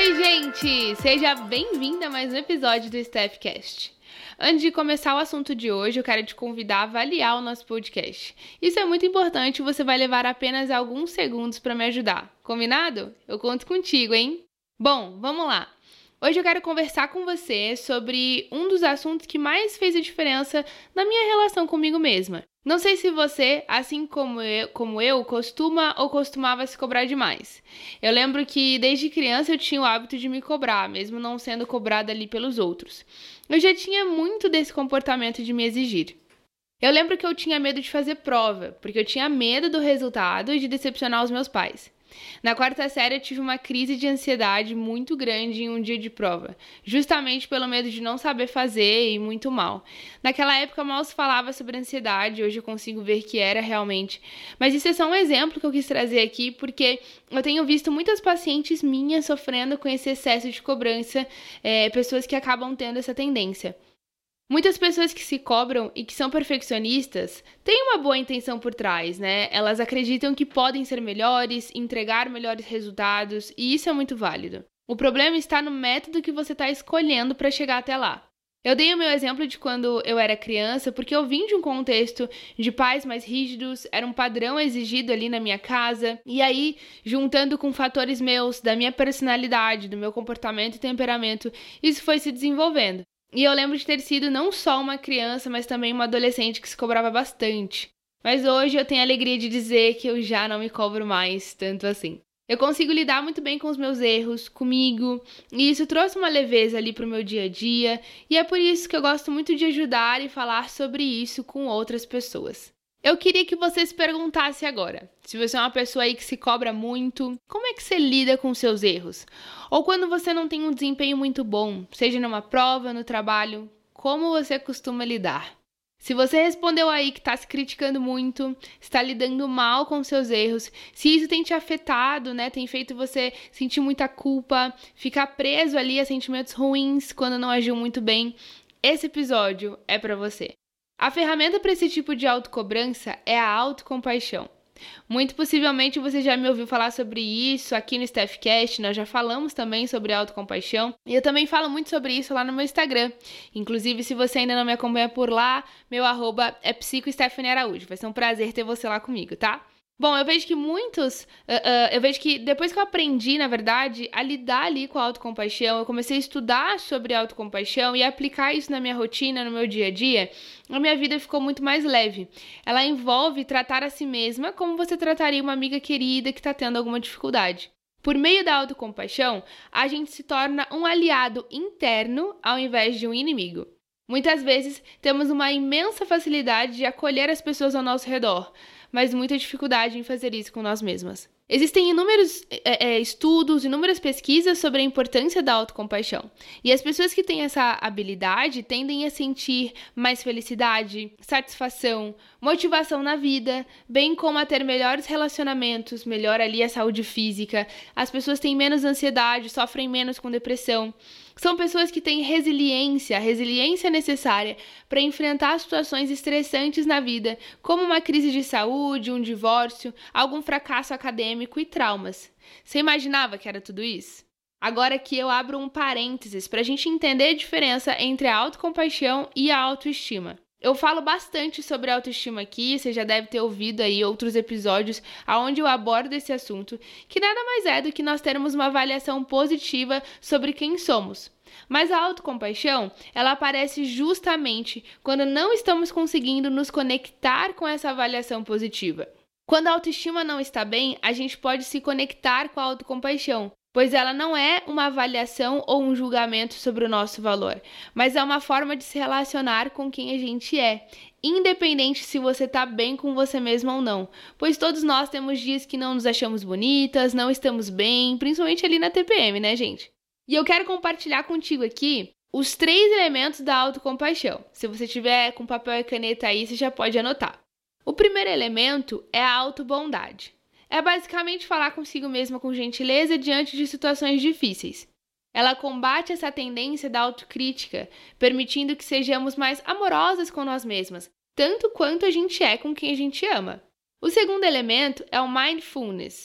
Oi, gente! Seja bem-vinda a mais um episódio do StaffCast. Antes de começar o assunto de hoje, eu quero te convidar a avaliar o nosso podcast. Isso é muito importante e você vai levar apenas alguns segundos para me ajudar. Combinado? Eu conto contigo, hein? Bom, vamos lá! Hoje eu quero conversar com você sobre um dos assuntos que mais fez a diferença na minha relação comigo mesma. Não sei se você, assim como eu costuma ou costumava se cobrar demais. Eu lembro que desde criança eu tinha o hábito de me cobrar, mesmo não sendo cobrada ali pelos outros. Eu já tinha muito desse comportamento de me exigir. Eu lembro que eu tinha medo de fazer prova, porque eu tinha medo do resultado e de decepcionar os meus pais. Na quarta série eu tive uma crise de ansiedade muito grande em um dia de prova, justamente pelo medo de não saber fazer e muito mal. Naquela época mal se falava sobre ansiedade, hoje eu consigo ver que era realmente. Mas isso é só um exemplo que eu quis trazer aqui, porque eu tenho visto muitas pacientes minhas sofrendo com esse excesso de cobrança, pessoas que acabam tendo essa tendência. Muitas pessoas que se cobram e que são perfeccionistas têm uma boa intenção por trás, né? Elas acreditam que podem ser melhores, entregar melhores resultados, e isso é muito válido. O problema está no método que você está escolhendo para chegar até lá. Eu dei o meu exemplo de quando eu era criança, porque eu vim de um contexto de pais mais rígidos, era um padrão exigido ali na minha casa, e aí, juntando com fatores meus, da minha personalidade, do meu comportamento e temperamento, isso foi se desenvolvendo. E eu lembro de ter sido não só uma criança, mas também uma adolescente que se cobrava bastante. Mas hoje eu tenho a alegria de dizer que eu já não me cobro mais tanto assim. Eu consigo lidar muito bem com os meus erros, comigo, e isso trouxe uma leveza ali pro meu dia a dia, e é por isso que eu gosto muito de ajudar e falar sobre isso com outras pessoas. Eu queria que você se perguntasse agora, se você é uma pessoa aí que se cobra muito, como é que você lida com seus erros? Ou quando você não tem um desempenho muito bom, seja numa prova, no trabalho, como você costuma lidar? Se você respondeu aí que está se criticando muito, está lidando mal com seus erros, se isso tem te afetado, né, tem feito você sentir muita culpa, ficar preso ali a sentimentos ruins quando não agiu muito bem, esse episódio é para você. A ferramenta para esse tipo de autocobrança é a autocompaixão. Muito possivelmente você já me ouviu falar sobre isso aqui no StaffCast, nós já falamos também sobre autocompaixão, e eu também falo muito sobre isso lá no meu Instagram. Inclusive, se você ainda não me acompanha por lá, meu @ é psico_Stephanie_Araújo. Vai ser um prazer ter você lá comigo, tá? Bom, eu vejo que depois que eu aprendi, na verdade, a lidar ali com a autocompaixão, eu comecei a estudar sobre autocompaixão e aplicar isso na minha rotina, no meu dia a dia, a minha vida ficou muito mais leve. Ela envolve tratar a si mesma como você trataria uma amiga querida que está tendo alguma dificuldade. Por meio da autocompaixão, a gente se torna um aliado interno ao invés de um inimigo. Muitas vezes, temos uma imensa facilidade de acolher as pessoas ao nosso redor, mas muita dificuldade em fazer isso com nós mesmas. Existem inúmeros estudos, inúmeras pesquisas sobre a importância da autocompaixão. E as pessoas que têm essa habilidade tendem a sentir mais felicidade, satisfação, motivação na vida, bem como a ter melhores relacionamentos, melhor ali a saúde física. As pessoas têm menos ansiedade, sofrem menos com depressão. São pessoas que têm resiliência, a resiliência necessária para enfrentar situações estressantes na vida, como uma crise de saúde, um divórcio, algum fracasso acadêmico e traumas. Você imaginava que era tudo isso? Agora aqui eu abro um parênteses para a gente entender a diferença entre a autocompaixão e a autoestima. Eu falo bastante sobre autoestima aqui, você já deve ter ouvido aí outros episódios onde eu abordo esse assunto, que nada mais é do que nós termos uma avaliação positiva sobre quem somos. Mas a autocompaixão, ela aparece justamente quando não estamos conseguindo nos conectar com essa avaliação positiva. Quando a autoestima não está bem, a gente pode se conectar com a autocompaixão, pois ela não é uma avaliação ou um julgamento sobre o nosso valor, mas é uma forma de se relacionar com quem a gente é, independente se você está bem com você mesmo ou não, pois todos nós temos dias que não nos achamos bonitas, não estamos bem, principalmente ali na TPM, né, gente? E eu quero compartilhar contigo aqui os 3 elementos da autocompaixão. Se você tiver com papel e caneta aí, você já pode anotar. O primeiro elemento é a autobondade. É basicamente falar consigo mesma com gentileza diante de situações difíceis. Ela combate essa tendência da autocrítica, permitindo que sejamos mais amorosas com nós mesmas, tanto quanto a gente é com quem a gente ama. O segundo elemento é o mindfulness.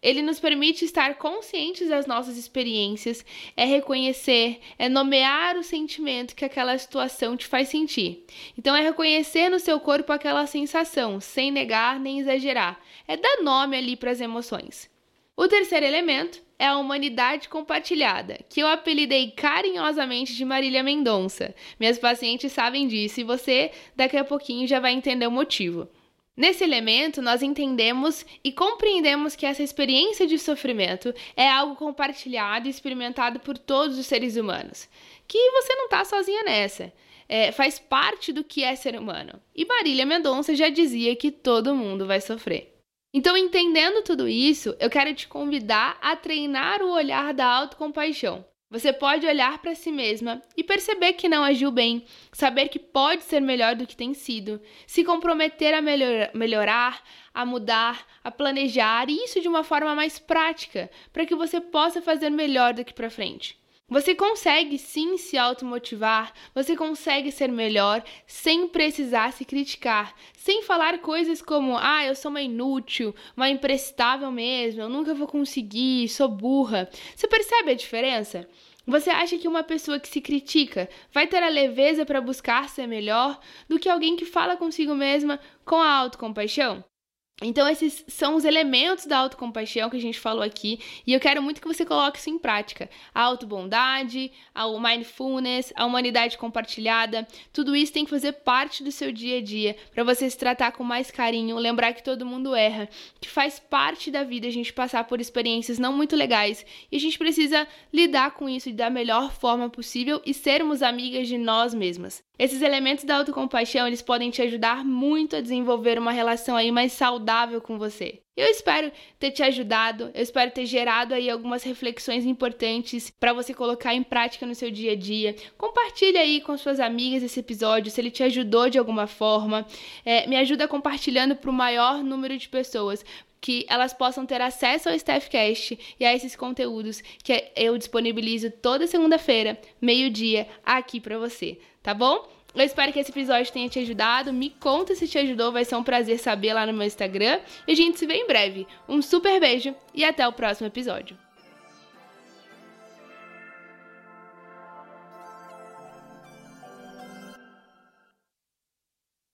Ele nos permite estar conscientes das nossas experiências, é reconhecer, é nomear o sentimento que aquela situação te faz sentir. Então, é reconhecer no seu corpo aquela sensação, sem negar nem exagerar. É dar nome ali para as emoções. O terceiro elemento é a humanidade compartilhada, que eu apelidei carinhosamente de Marília Mendonça. Minhas pacientes sabem disso e você, daqui a pouquinho, já vai entender o motivo. Nesse elemento, nós entendemos e compreendemos que essa experiência de sofrimento é algo compartilhado e experimentado por todos os seres humanos. Que você não está sozinha nessa. Faz parte do que é ser humano. E Marília Mendonça já dizia que todo mundo vai sofrer. Então, entendendo tudo isso, eu quero te convidar a treinar o olhar da autocompaixão. Você pode olhar para si mesma e perceber que não agiu bem, saber que pode ser melhor do que tem sido, se comprometer a melhorar, a mudar, a planejar, e isso de uma forma mais prática, para que você possa fazer melhor daqui para frente. Você consegue sim se automotivar, você consegue ser melhor sem precisar se criticar, sem falar coisas como eu sou uma inútil, uma imprestável mesmo, eu nunca vou conseguir, sou burra. Você percebe a diferença? Você acha que uma pessoa que se critica vai ter a leveza para buscar ser melhor do que alguém que fala consigo mesma com a autocompaixão? Então, esses são os elementos da autocompaixão que a gente falou aqui, e eu quero muito que você coloque isso em prática. A autobondade, o mindfulness, a humanidade compartilhada, tudo isso tem que fazer parte do seu dia a dia, para você se tratar com mais carinho, lembrar que todo mundo erra, que faz parte da vida a gente passar por experiências não muito legais, e a gente precisa lidar com isso da melhor forma possível e sermos amigas de nós mesmas. Esses elementos da autocompaixão, eles podem te ajudar muito a desenvolver uma relação aí mais saudável com você. Eu espero ter te ajudado, eu espero ter gerado aí algumas reflexões importantes para você colocar em prática no seu dia a dia. Compartilha aí com suas amigas esse episódio, se ele te ajudou de alguma forma. Me ajuda compartilhando para o maior número de pessoas, que elas possam ter acesso ao StaffCast e a esses conteúdos que eu disponibilizo toda segunda-feira, meio-dia, aqui para você, tá bom? Eu espero que esse episódio tenha te ajudado. Me conta se te ajudou, vai ser um prazer saber lá no meu Instagram. E a gente se vê em breve. Um super beijo e até o próximo episódio.